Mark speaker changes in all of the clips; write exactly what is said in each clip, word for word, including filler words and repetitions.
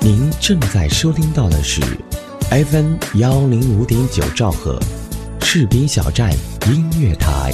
Speaker 1: 您正在收听到的是 F M 幺零五点九兆赫士兵小站音乐台。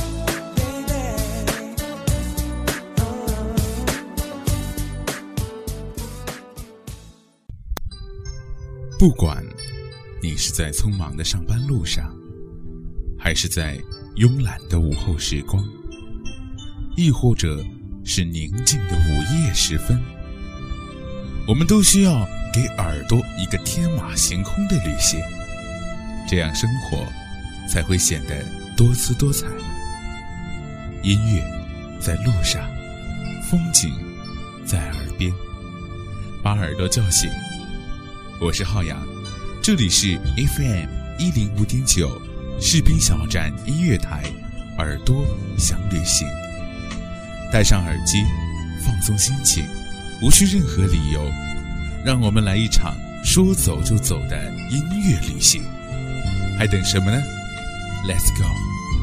Speaker 2: 不管你是在匆忙的上班路上，还是在慵懒的午后时光，亦或者是宁静的午夜时分，我们都需要给耳朵一个天马行空的旅行，这样生活才会显得多姿多彩。音乐在路上，风景在耳边，把耳朵叫醒。我是浩洋，这里是 F M 一零五点九士兵小站音乐台，耳朵想旅行。戴上耳机，放松心情，无需任何理由，让我们来一场说走就走的音乐旅行。还等什么呢？ Let's go。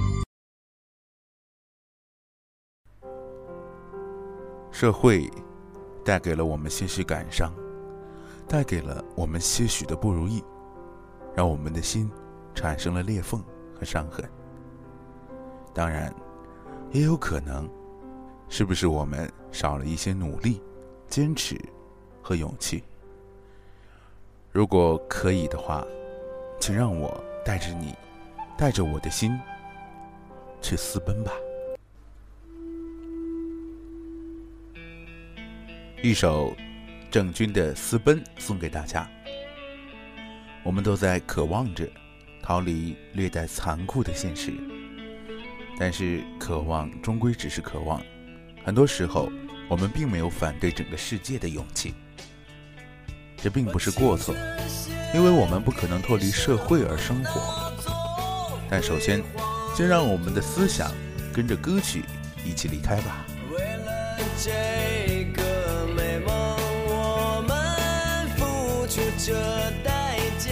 Speaker 3: 社会带给了我们些许感伤，带给了我们些许的不如意，让我们的心产生了裂缝和伤痕。当然也有可能是不是我们少了一些努力、坚持和勇气。如果可以的话，请让我带着你，带着我的心去私奔吧。一首郑钧的《私奔》送给大家。我们都在渴望着逃离略带残酷的现实，但是渴望终归只是渴望，很多时候我们并没有反对整个世界的勇气。这并不是过错，因为我们不可能脱离社会而生活。但首先先让我们的思想跟着歌曲一起离开吧。
Speaker 4: 为了这个美梦，我们付出着代价，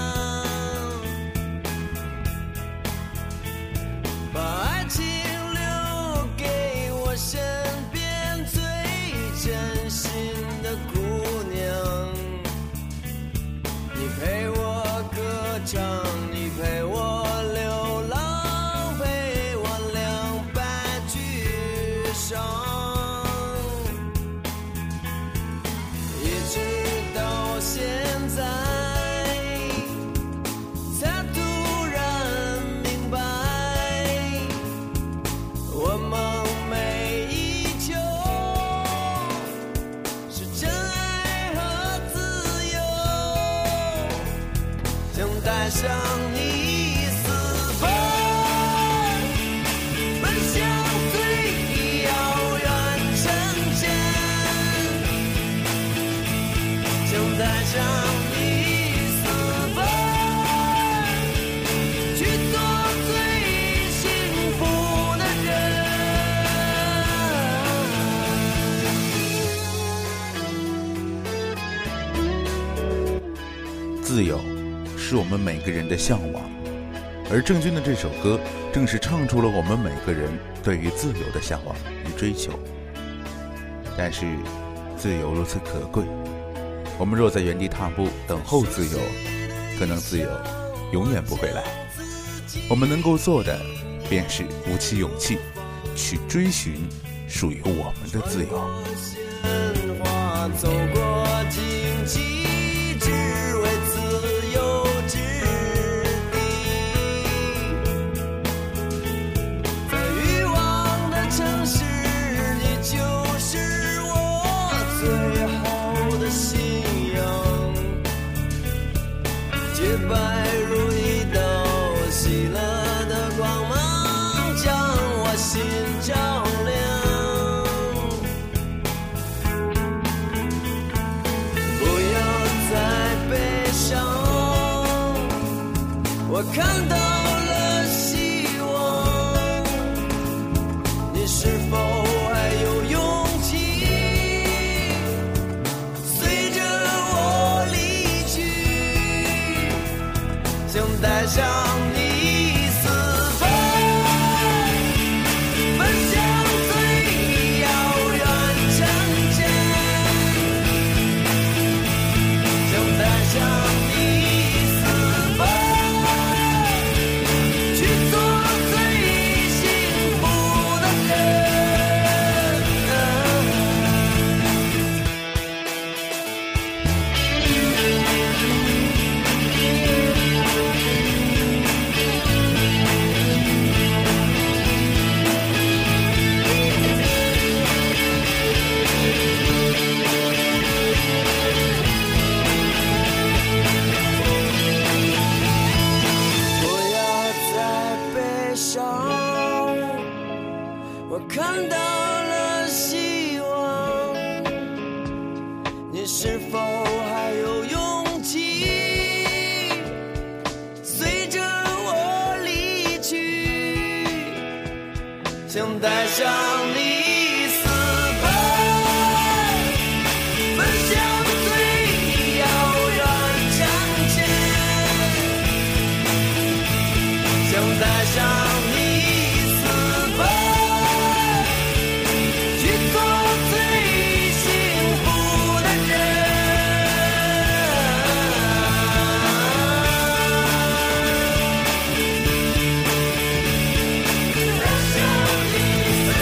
Speaker 4: 把爱情留给我身边最真心的姑娘。你陪我歌唱，你陪我流浪，陪我两败俱伤，一直到现在才突然明白，我梦寐以求是真爱和自由，想带上你私奔，奔向最遥远城镇，想带上你私奔，去做最幸福的人。
Speaker 3: 自由是我们每个人的向往，而郑钧的这首歌正是唱出了我们每个人对于自由的向往与追求。但是自由如此可贵，我们若在原地踏步等候自由，可能自由永远不会来。我们能够做的便是鼓起勇气去追寻属于我们的自由。
Speaker 4: 鲜花走过荆棘，只为自由之地，在欲望的城市，你就是我最后的信仰，洁白如一道喜乐的光芒，将我心照亮。 你是否还有勇气随着我离去，想带上你带上你私奔，去做最幸福的人。带上你私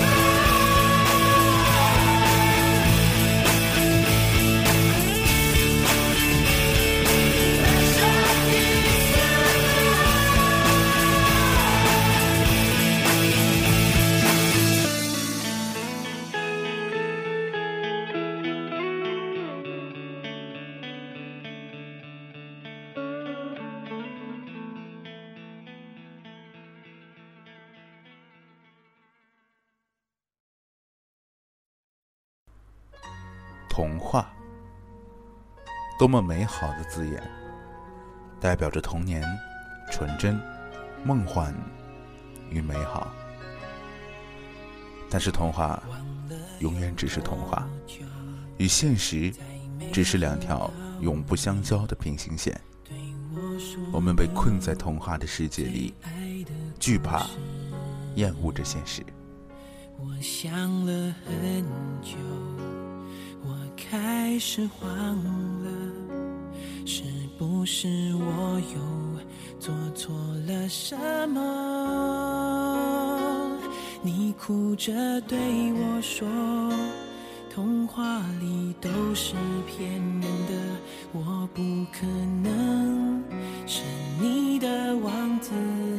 Speaker 3: 童话，多么美好的字眼，代表着童年、纯真、梦幻与美好。但是童话永远只是童话，与现实只是两条永不相交的平行线。我们被困在童话的世界里，惧怕、厌恶着现实。
Speaker 5: 我想了很久，我开始慌了，是不是我又做错了什么？你哭着对我说，童话里都是骗人的，我不可能是你的王子。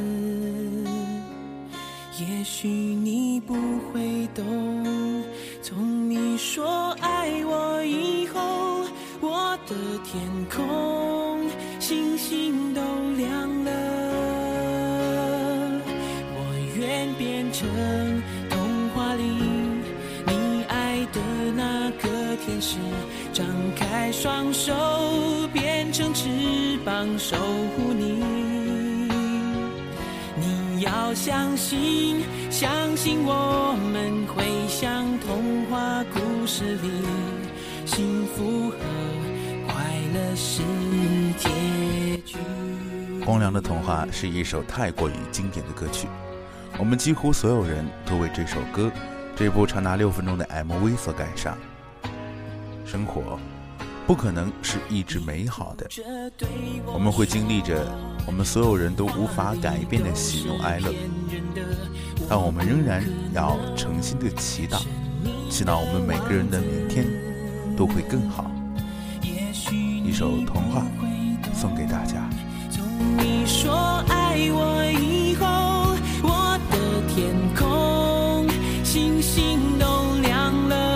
Speaker 5: 也许你不会懂，从你说爱我以后，我的天空星星都亮了。我愿变成童话里你爱的那个天使，张开双手变成翅膀守护你。你要相信，相信我们会像童话故事里，幸福和快乐是结局。
Speaker 3: 荒凉的童话是一首太过于经典的歌曲，我们几乎所有人都为这首歌，这部长达六分钟的 M V 所感伤。生活不可能是一直美好的，我们会经历着我们所有人都无法改变的喜怒哀乐，但我们仍然要诚心的祈祷，祈祷我们每个人的明天都会更好。一首童话送给大家。
Speaker 5: 从你说爱我以后，我的天空星星都亮了。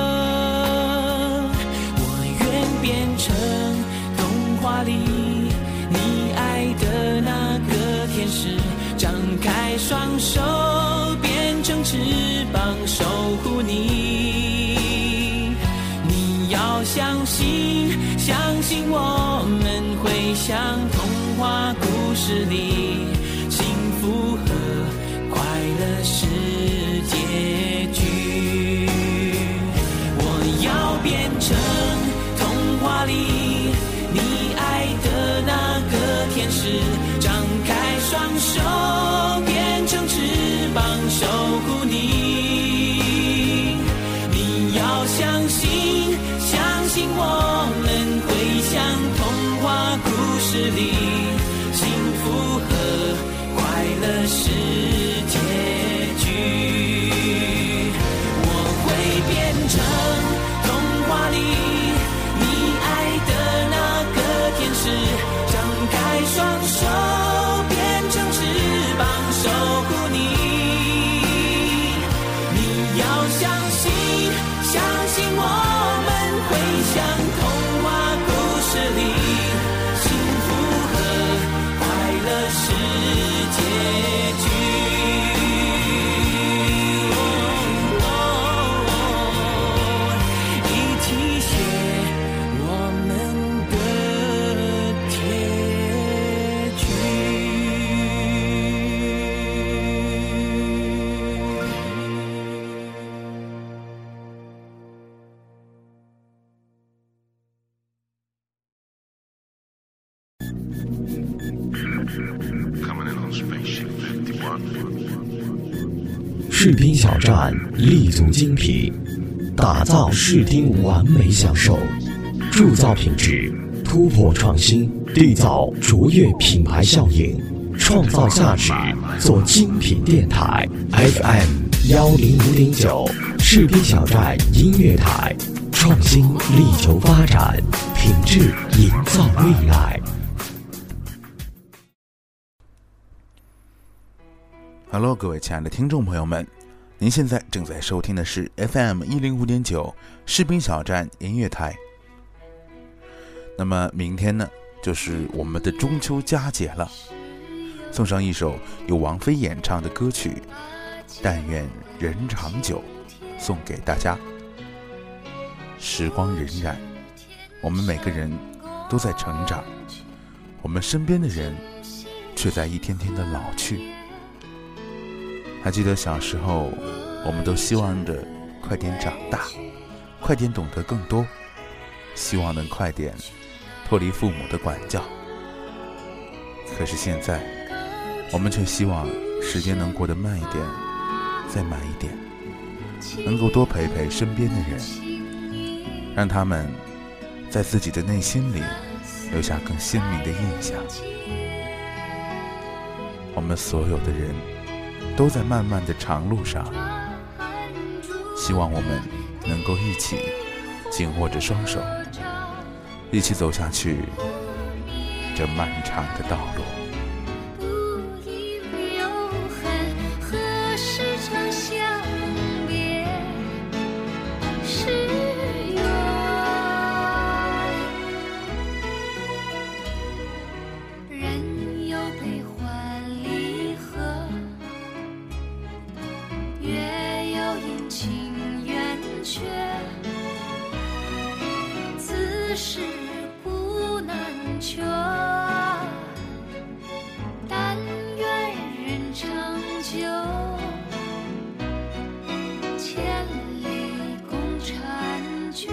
Speaker 5: 你爱的那个天使，张开双手变成翅膀守护你。你要相信，相信我们会像童话故事里，幸福和快乐是结局。我要变成童话里你爱的那个天使，张开双手变成翅膀守护你。你要相信，相信我们会像童话故事里，幸福和快乐是结局。我会变成童话里你爱的那个天使，张开双手变成翅膀守护你。你要相信，相信我们会像童话故事里，幸福和快乐是结局。
Speaker 1: 士兵小站立足精品，打造视听完美享受，铸造品质，突破创新，缔造卓越品牌效应，创造价值，做精品电台 F M 幺零五点九，士兵小站音乐台，创新力求发展，品质营造未来。
Speaker 3: Hello， 各位亲爱的听众朋友们，您现在正在收听的是 F M 一零五点九士兵小站音乐台。那么明天呢，就是我们的中秋佳节了，送上一首由王菲演唱的歌曲《但愿人长久》，送给大家。时光荏苒，我们每个人都在成长，我们身边的人却在一天天的老去。还记得小时候，我们都希望着快点长大，快点懂得更多，希望能快点脱离父母的管教。可是现在，我们却希望时间能过得慢一点，再慢一点，能够多陪陪身边的人，让他们在自己的内心里留下更鲜明的印象。我们所有的人都在漫漫的长路上，希望我们能够一起紧握着双手，一起走下去这漫长的道路。
Speaker 6: 是故难全，但愿人长久，千里共婵娟。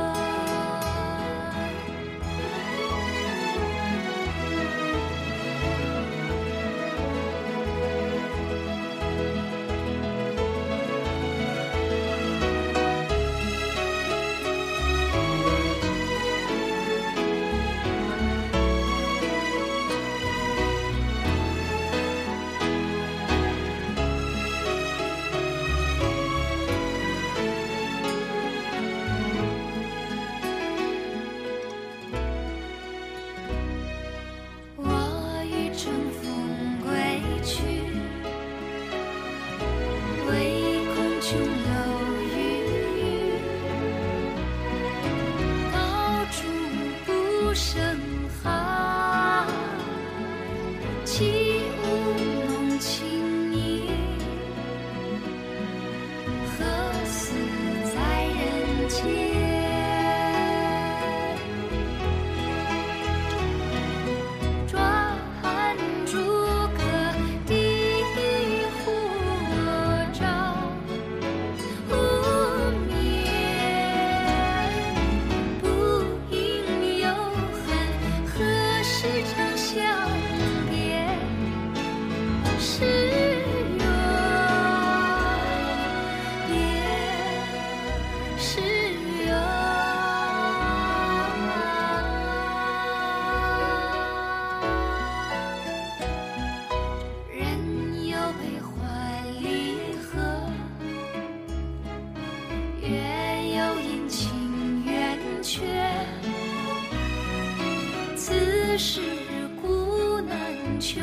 Speaker 6: 起舞弄情意，何似在人间？转朱阁，低护照，无眠，不应有恨，何时长相？是缘，也是缘。人有悲欢离合，月有阴晴圆缺，此事古难全。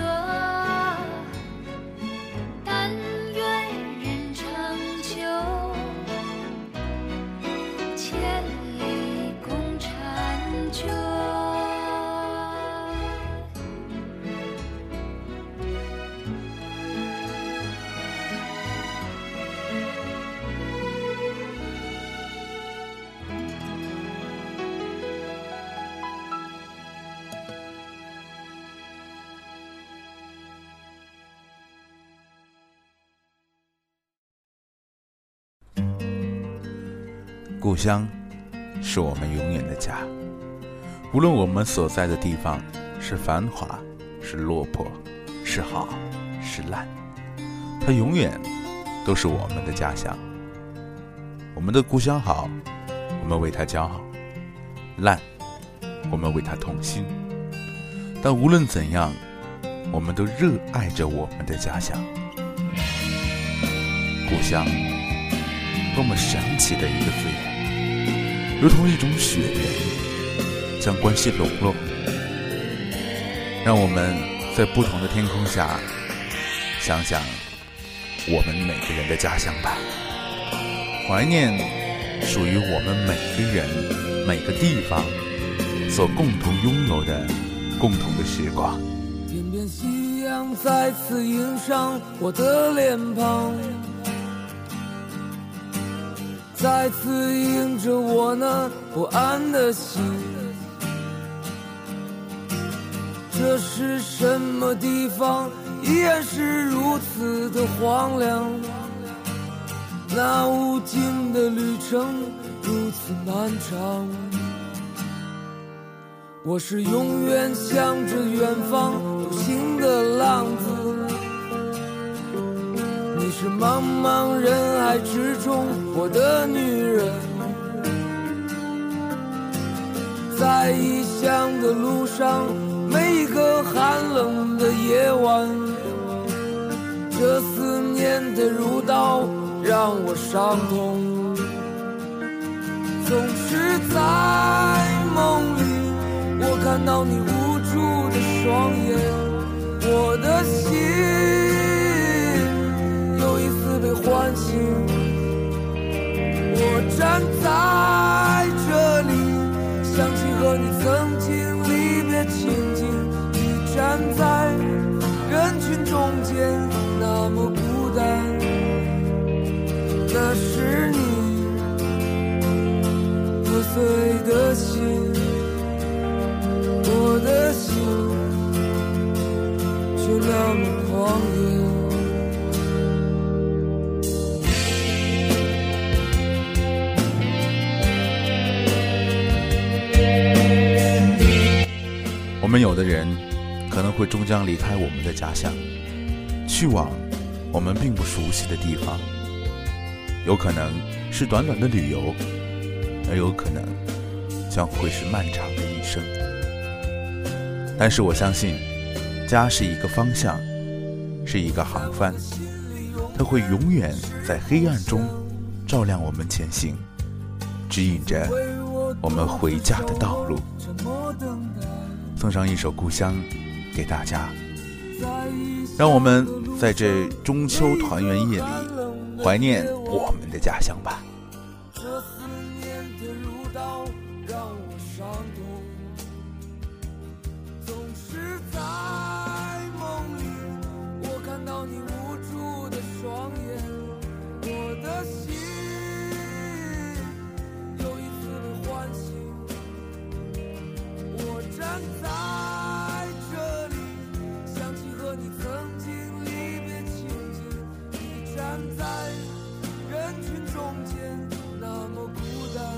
Speaker 3: 故乡是我们永远的家，无论我们所在的地方是繁华，是落魄，是是好是烂，它永远都是我们的家乡。我们的故乡好，我们为它骄傲；烂，我们为它痛心。但无论怎样，我们都热爱着我们的家乡。故乡，多么神奇的一个字眼，如同一种血缘，将关系笼络。让我们在不同的天空下，想想我们每个人的家乡吧，怀念属于我们每个人、每个地方所共同拥有的共同的时光。
Speaker 4: 天边夕阳再次映上我的脸庞，再次映着我那不安的心。这是什么地方，依然是如此的荒凉，那无尽的旅程如此漫长。我是永远向着远方独行的浪子，你是茫茫人海之中我的女人。在异乡的路上，每一个寒冷的夜晚，这思念的如刀让我伤痛。总是在梦里，我看到你无助的双眼，我的心又一次被唤醒。我站在这里，想起和你曾经离别情景，你站在人群中间，那么孤单。那是你破碎的心，我的心却那么狂野。
Speaker 3: 我们有的人可能会终将离开我们的家乡，去往我们并不熟悉的地方，有可能是短短的旅游，而有可能将会是漫长的一生。但是我相信，家是一个方向，是一个航帆，它会永远在黑暗中照亮我们前行，指引着我们回家的道路。送上一首《故乡》给大家，让我们在这中秋团圆夜里怀念我们的家乡吧。
Speaker 4: 这思念的如刀让我伤痛，总是在梦里，我看到你无助的双眼，我的心又一次被唤醒。我站在这里，想起和你曾经离别情景，你站在人群中间，那么孤单。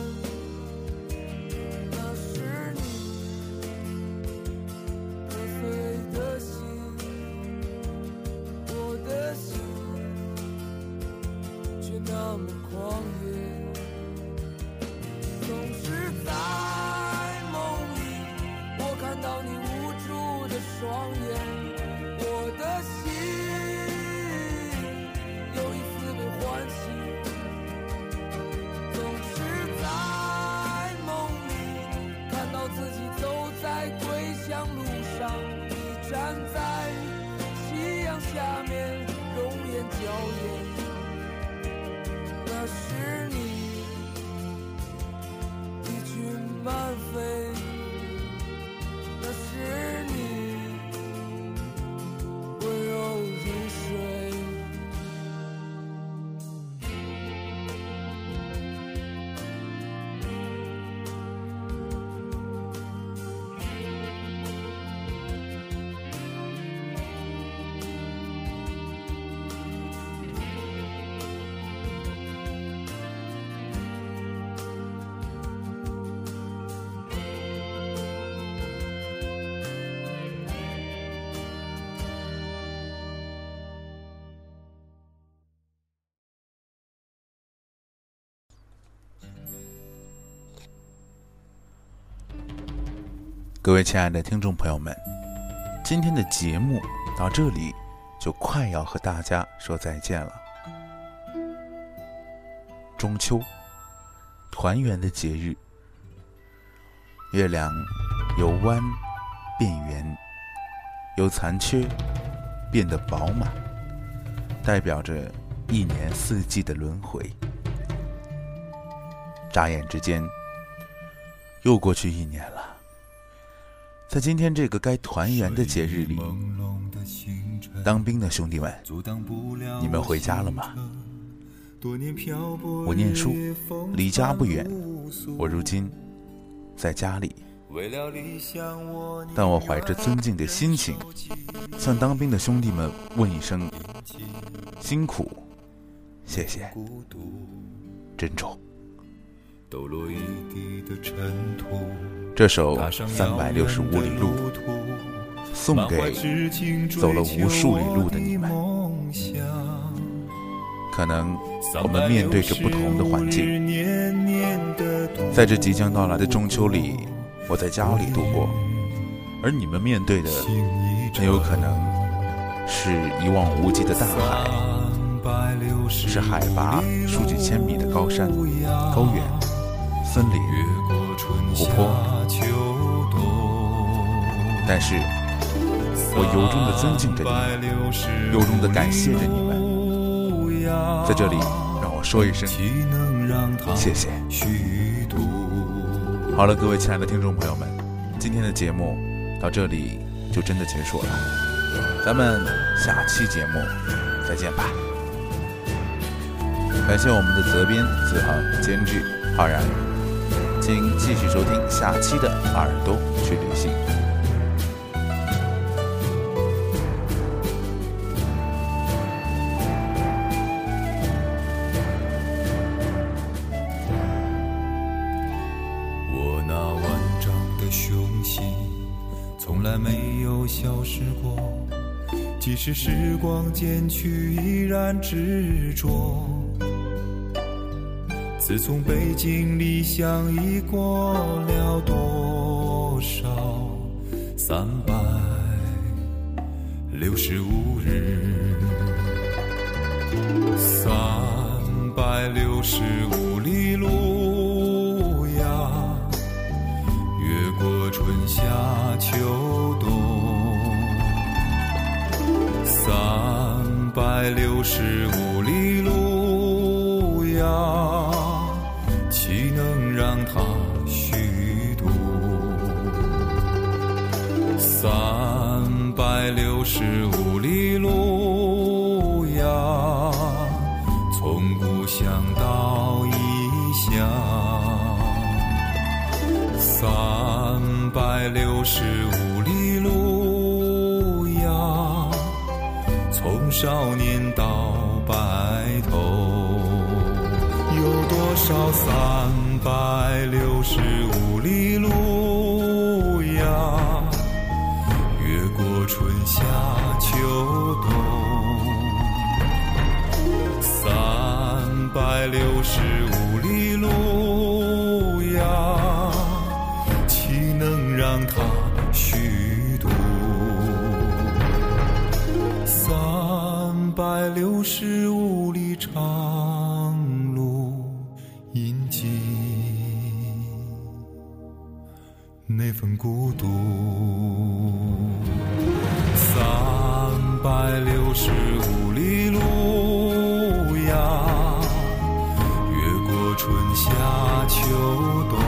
Speaker 4: 那是你破碎的心，我的心却那么狂野。总是在梦里，我看到你无助的双眼，我的心又一次被唤醒。总是在梦里，看到自己走在归乡路上，你站在夕阳下面，容颜娇艳。那是你一群慢飞，那是你温柔如水。
Speaker 3: 各位亲爱的听众朋友们，今天的节目到这里就快要和大家说再见了。中秋，团圆的节日，月亮由弯变圆，由残缺变得饱满，代表着一年四季的轮回。眨眼之间又过去一年了。在今天这个该团圆的节日里，当兵的兄弟们，你们回家了吗？我念书，离家不远，我如今在家里，但我怀着尊敬的心情，向当兵的兄弟们问一声辛苦，谢谢，珍重。这首三百六十五里路送给走了无数里路的你们。可能我们面对着不同的环境，在这即将到来的中秋里，我在家里度过，而你们面对的很有可能是一望无际的大海，是海拔数几千米的高山、高原、森林、湖泊。但是我由衷地尊敬着你们，由衷地感谢着你们。在这里让我说一声谢谢。好了，各位亲爱的听众朋友们，今天的节目到这里就真的结束了，咱们下期节目再见吧。感谢我们的责编子恒，监制浩然，请继续收听下期的耳朵去旅行。
Speaker 7: 我那万丈的雄心从来没有消失过，即使时光渐去依然执着。自从北京离乡已过了多少三百六十五日，三百六十五里路呀，越过春夏秋冬，三百六十五里路呀，岂能让它虚度？三百六十五里路呀，从故乡到异乡，三百六十五里路呀，从少年到白头。有多少三百六十五里路呀，越过春夏秋冬，三百六十五里路呀，岂能让它虚度？三百六十五里长印记那份孤独，三百六十五里路呀，越过春夏秋冬，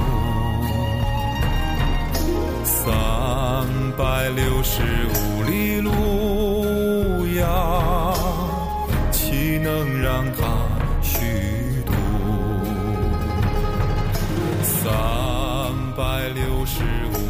Speaker 7: 三百六十五里路呀，岂能让它虚度？三百六十五